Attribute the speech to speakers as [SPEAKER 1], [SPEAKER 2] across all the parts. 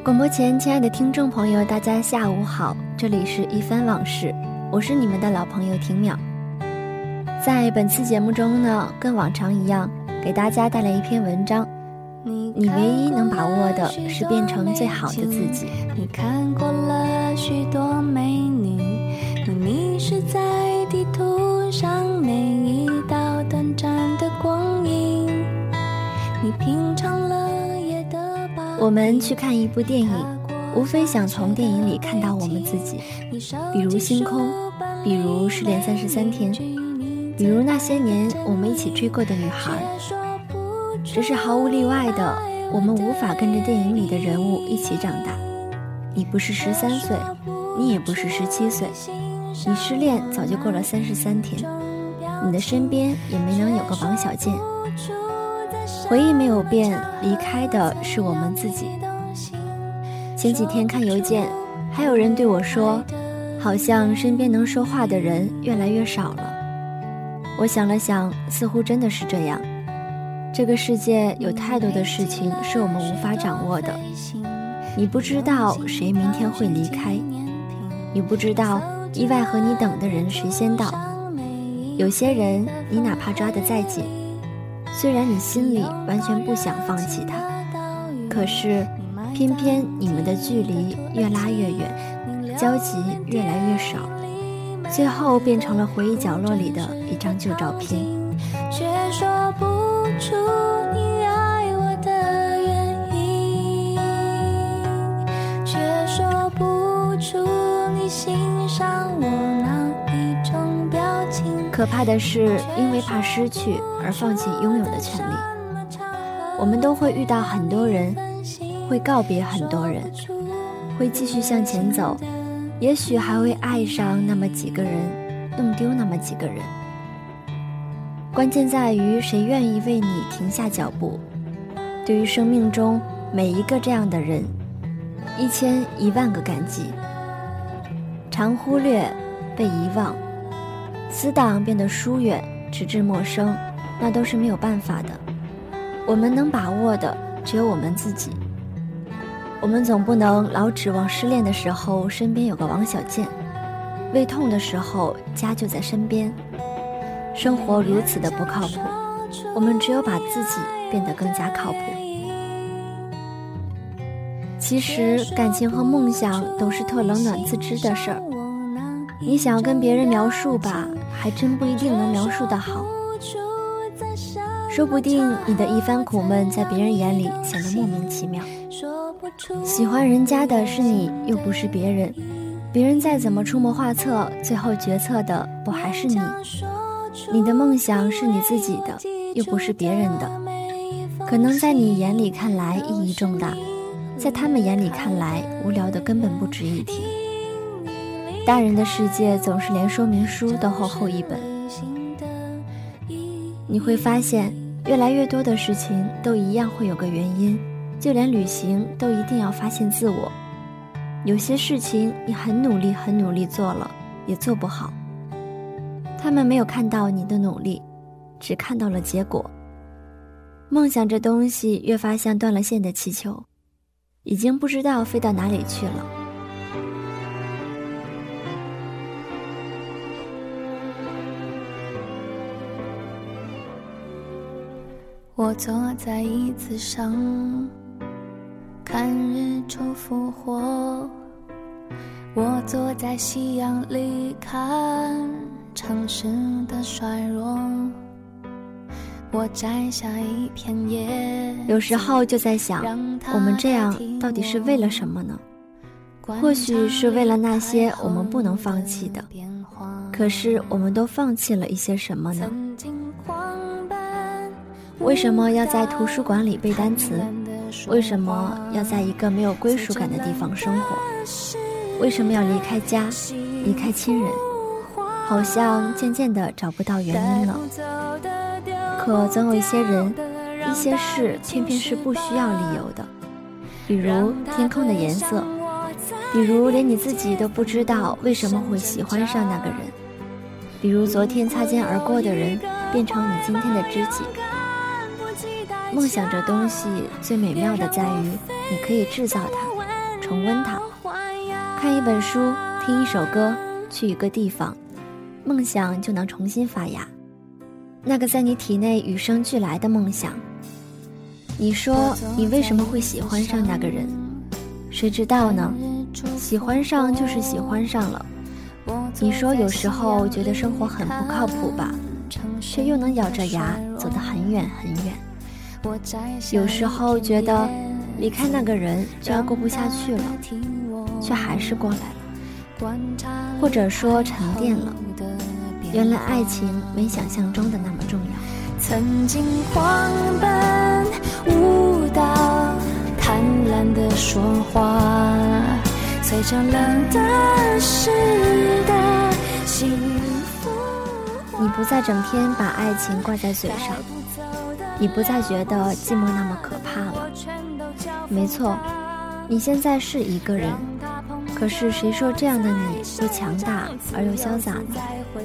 [SPEAKER 1] 广播前，亲爱的听众朋友，大家下午好，这里是一番往事，我是你们的老朋友婷淼。在本次节目中呢，跟往常一样，给大家带来一篇文章。你唯一能把握的是变成最好的自己。
[SPEAKER 2] 你看过了许多美女，你迷失在地图上每一道短暂的光阴，你品尝了夜的巴黎。
[SPEAKER 1] 我们去看一部电影，无非想从电影里看到我们自己，比如星空，比如失恋33天，比如那些年我们一起追过的女孩。只是毫无例外的，我们无法跟着电影里的人物一起长大。你不是13岁，你也不是17岁，你失恋早就过了33天，你的身边也没能有个王小贱。回忆没有变，离开的是我们自己。前几天看邮件，还有人对我说，好像身边能说话的人越来越少了。我想了想，似乎真的是这样。这个世界有太多的事情是我们无法掌握的，你不知道谁明天会离开，你不知道意外和你等的人谁先到。有些人你哪怕抓得再紧，虽然你心里完全不想放弃他，可是偏偏你们的距离越拉越远，交集越来越少，最后变成了回忆角落里的一张旧照片。
[SPEAKER 2] 却说不出你爱我的原因，却说不出你欣赏我哪一种表情。
[SPEAKER 1] 可怕的是，因为怕失去而放弃拥有的权利。我们都会遇到很多人，会告别很多人，会继续向前走，也许还会爱上那么几个人，弄丢那么几个人。关键在于谁愿意为你停下脚步。对于生命中每一个这样的人，1000、10000个感激。常忽略，被遗忘，死党变得疏远，直至陌生，那都是没有办法的。我们能把握的只有我们自己。我们总不能老指望失恋的时候身边有个王小贱，胃痛的时候家就在身边。生活如此的不靠谱，我们只有把自己变得更加靠谱。其实感情和梦想都是特冷暖自知的事儿，你想要跟别人描述吧，还真不一定能描述得好。说不定你的一番苦闷在别人眼里显得莫名其妙。喜欢人家的是你，又不是别人。别人再怎么出谋划策，最后决策的不还是你？你的梦想是你自己的，又不是别人的。可能在你眼里看来意义重大，在他们眼里看来无聊的根本不值一提。大人的世界总是连说明书都厚厚一本。你会发现越来越多的事情都一样会有个原因，就连旅行都一定要发现自我。有些事情你很努力做了，也做不好。他们没有看到你的努力，只看到了结果。梦想这东西越发像断了线的气球，已经不知道飞到哪里去了。
[SPEAKER 2] 我坐在椅子上看日出复活，我坐在夕阳里看城市的衰弱，我摘下一片叶。
[SPEAKER 1] 有时候就在想，我们这样到底是为了什么呢？或许是为了那些我们不能放弃的，可是我们都放弃了一些什么呢？为什么要在图书馆里背单词？为什么要在一个没有归属感的地方生活？为什么要离开家，离开亲人？好像渐渐地找不到原因了。可总有一些人，一些事偏偏是不需要理由的，比如天空的颜色，比如连你自己都不知道为什么会喜欢上那个人，比如昨天擦肩而过的人变成你今天的知己。梦想这东西最美妙的在于，你可以制造它， 重温它。看一本书，听一首歌，去一个地方，梦想就能重新发芽。那个在你体内与生俱来的梦想。你说你为什么会喜欢上那个人？谁知道呢？喜欢上就是喜欢上了。你说有时候觉得生活很不靠谱吧，却又能咬着牙走得很远很远。有时候觉得离开那个人就要过不下去了，却还是过来了。或者说沉淀了，原来爱情没想象中的那么重要。
[SPEAKER 2] 曾经狂奔舞蹈，贪婪的说话，随着冷的湿的幸福。
[SPEAKER 1] 你不再整天把爱情挂在嘴上，你不再觉得寂寞那么可怕了。没错，你现在是一个人，可是谁说这样的你又强大而又潇洒呢？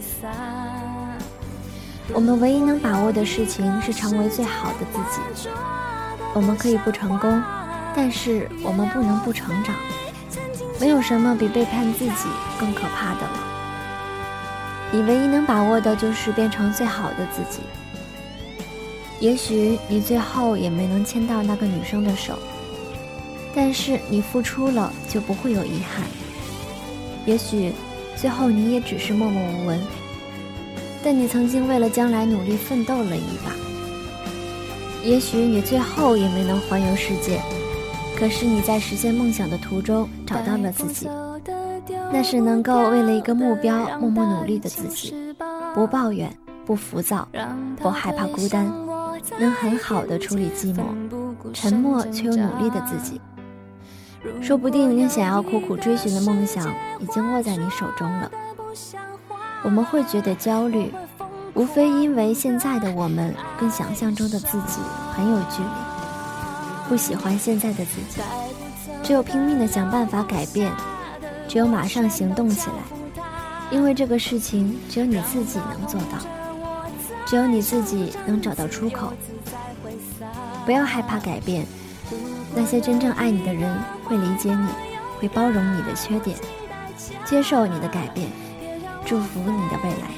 [SPEAKER 1] 我们唯一能把握的事情是成为最好的自己。我们可以不成功，但是我们不能不成长。没有什么比背叛自己更可怕的了。你唯一能把握的就是变成最好的自己。也许你最后也没能牵到那个女生的手，但是你付出了就不会有遗憾。也许最后你也只是默默无闻，但你曾经为了将来努力奋斗了一把。也许你最后也没能环游世界，可是你在实现梦想的途中找到了自己，那是能够为了一个目标默默努力的自己，不抱怨，不浮躁，不害怕孤单，能很好的处理寂寞，沉默却又努力的自己。说不定你想要苦苦追寻的梦想已经握在你手中了。我们会觉得焦虑，无非因为现在的我们跟想象中的自己很有距离，不喜欢现在的自己。只有拼命的想办法改变，只有马上行动起来，因为这个事情只有你自己能做到，只有你自己能找到出口。不要害怕改变，那些真正爱你的人会理解你，会包容你的缺点，接受你的改变，祝福你的未来。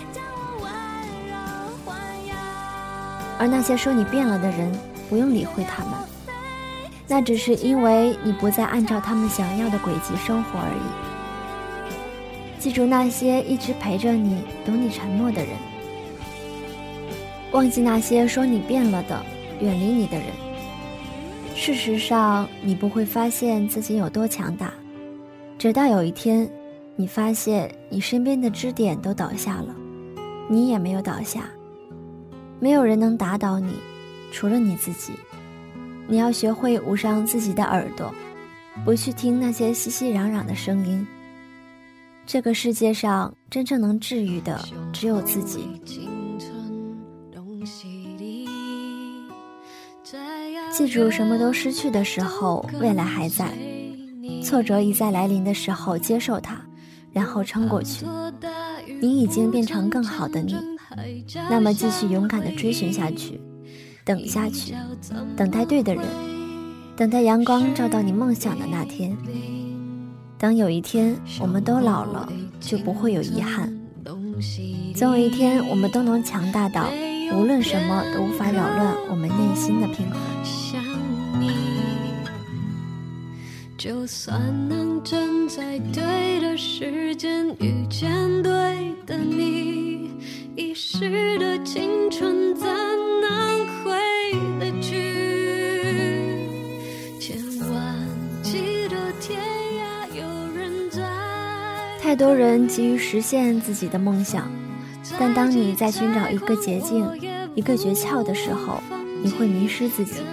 [SPEAKER 1] 而那些说你变了的人，不用理会他们，那只是因为你不再按照他们想要的轨迹生活而已。记住那些一直陪着你、懂你沉默的人，忘记那些说你变了的、远离你的人。事实上，你不会发现自己有多强大，直到有一天，你发现你身边的支点都倒下了，你也没有倒下。没有人能打倒你，除了你自己。你要学会捂上自己的耳朵，不去听那些熙熙攘攘的声音。这个世界上真正能治愈的只有自己。记住，什么都失去的时候，未来还在。挫折一再来临的时候，接受它，然后撑过去。你已经变成更好的你，那么继续勇敢地追寻下去，等下去，等待对的人，等待阳光照到你梦想的那天。等有一天我们都老了，就不会有遗憾。总有一天我们都能强大到无论什么都无法扰乱我们内心的平衡。
[SPEAKER 2] 就算能站在对的时间遇见对的你，遗失的青春怎能回得去？千万记得天涯有人在。
[SPEAKER 1] 太多人急于实现自己的梦想，但当你在寻找一个捷径、一个诀窍的时候，你会迷失自己。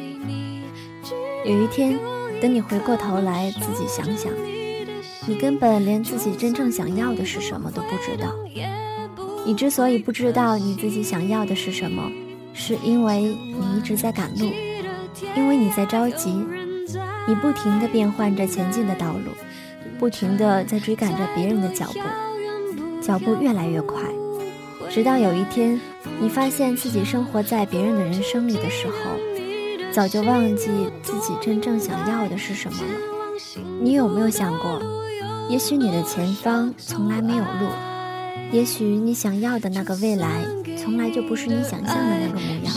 [SPEAKER 1] 有一天，等你回过头来自己想想，你根本连自己真正想要的是什么都不知道。你之所以不知道你自己想要的是什么，是因为你一直在赶路，因为你在着急，你不停地变换着前进的道路，不停地在追赶着别人的脚步，脚步越来越快，直到有一天你发现自己生活在别人的人生里的时候，早就忘记自己真正想要的是什么了。 你有没有想过，也许你的前方从来没有路，也许你想要的那个未来从来就不是你想象的那个模样。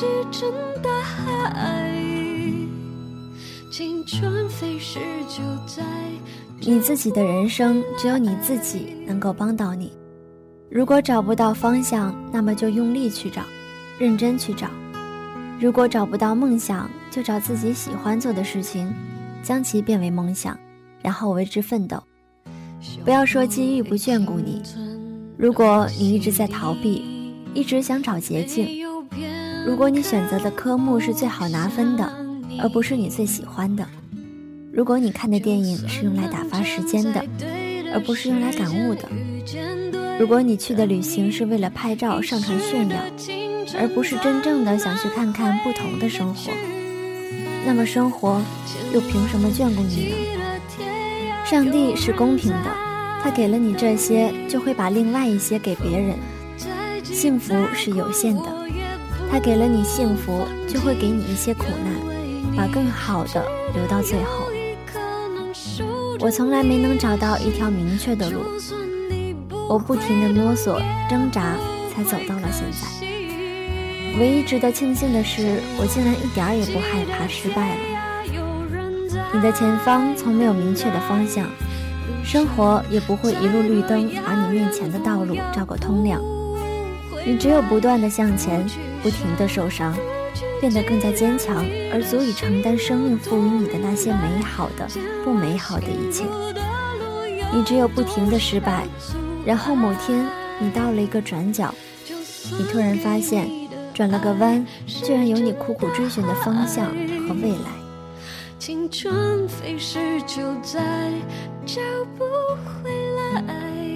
[SPEAKER 1] 你自己的人生只有你自己能够帮到你，如果找不到方向，那么就用力去找，认真去找。如果找不到梦想，就找自己喜欢做的事情，将其变为梦想，然后为之奋斗。不要说机遇不眷顾你，如果你一直在逃避，一直想找捷径，如果你选择的科目是最好拿分的，而不是你最喜欢的，如果你看的电影是用来打发时间的，而不是用来感悟的，如果你去的旅行是为了拍照上传炫耀，而不是真正的想去看看不同的生活，那么生活又凭什么眷顾你呢？上帝是公平的，他给了你这些，就会把另外一些给别人。幸福是有限的，他给了你幸福，就会给你一些苦难，把更好的留到最后。我从来没能找到一条明确的路，我不停地摸索挣扎，才走到了现在。唯一值得庆幸的是，我竟然一点也不害怕失败了。你的前方从没有明确的方向，生活也不会一路绿灯把你面前的道路照个通亮。你只有不断地向前，不停地受伤，变得更加坚强，而足以承担生命赋予你的那些美好的、不美好的一切。你只有不停地失败，然后某天你到了一个转角，你突然发现转了个弯，居然有你苦苦追寻的方向和未来。青春飞逝就再找不回来。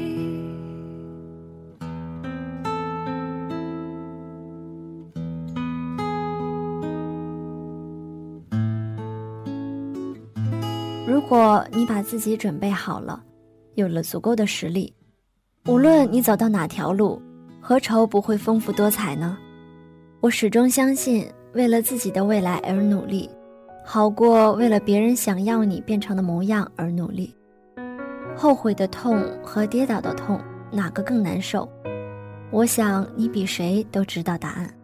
[SPEAKER 1] 如果你把自己准备好了，有了足够的实力，无论你走到哪条路，何愁不会丰富多彩呢？我始终相信，为了自己的未来而努力，好过为了别人想要你变成的模样而努力。后悔的痛和跌倒的痛，哪个更难受？我想你比谁都知道答案。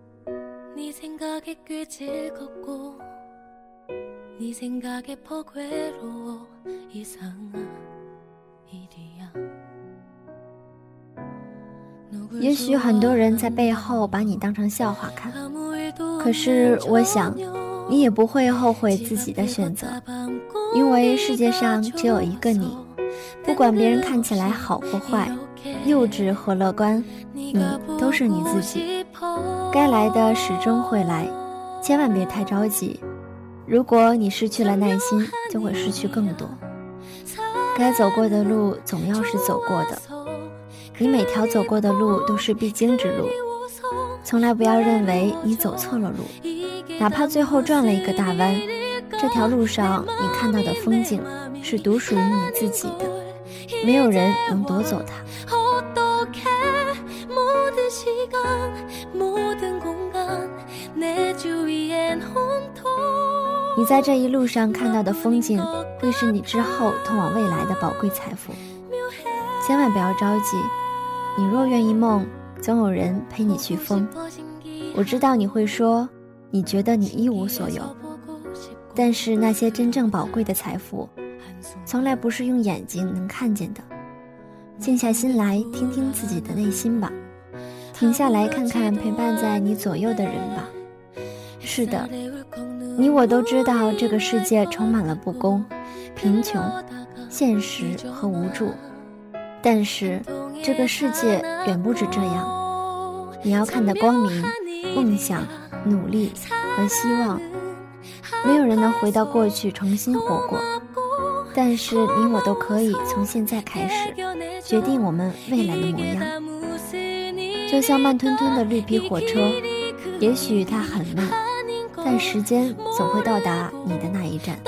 [SPEAKER 1] 也许很多人在背后把你当成笑话看，可是我想你也不会后悔自己的选择，因为世界上只有一个你，不管别人看起来好或坏，幼稚或乐观，你都是你自己。该来的始终会来，千万别太着急，如果你失去了耐心，就会失去更多。该走过的路总要是走过的，你每条走过的路都是必经之路，从来不要认为你走错了路，哪怕最后转了一个大弯，这条路上你看到的风景是独属于你自己的，没有人能夺走它。你在这一路上看到的风景，会是你之后通往未来的宝贵财富。千万不要着急，你若愿意梦，总有人陪你去疯。我知道你会说，你觉得你一无所有，但是那些真正宝贵的财富，从来不是用眼睛能看见的。静下心来，听听自己的内心吧，停下来看看陪伴在你左右的人吧。是的，你我都知道这个世界充满了不公、贫穷、现实和无助，但是这个世界远不止这样。你要看得光明、梦想、努力和希望。没有人能回到过去重新活过，但是你我都可以从现在开始决定我们未来的模样。就像慢吞吞的绿皮火车，也许它很慢，但时间总会到达你的那一站。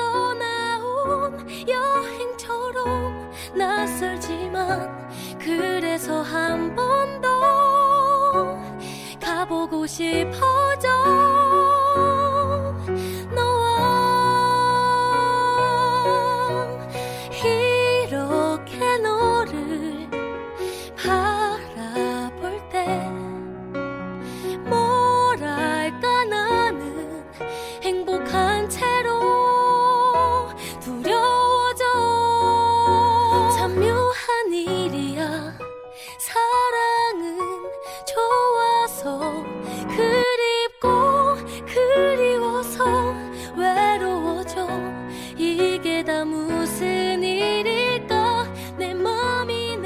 [SPEAKER 2] 묘한 일이야 사랑은 좋아서 그립고 그리워서 외로워져 이게 다 무슨 일일까 내 맘이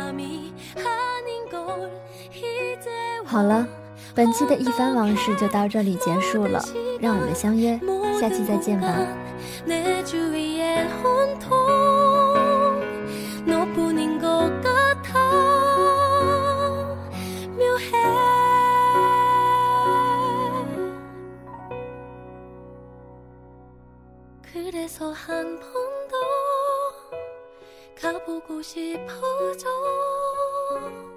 [SPEAKER 2] 아닌 걸 이제
[SPEAKER 1] 好了，本期的一番往事就到这里结束了，让我们相约下期再见吧。
[SPEAKER 2] 내 주위에 온통 너뿐인 것 같아 묘해 그래서 한 번 더 가보고 싶어져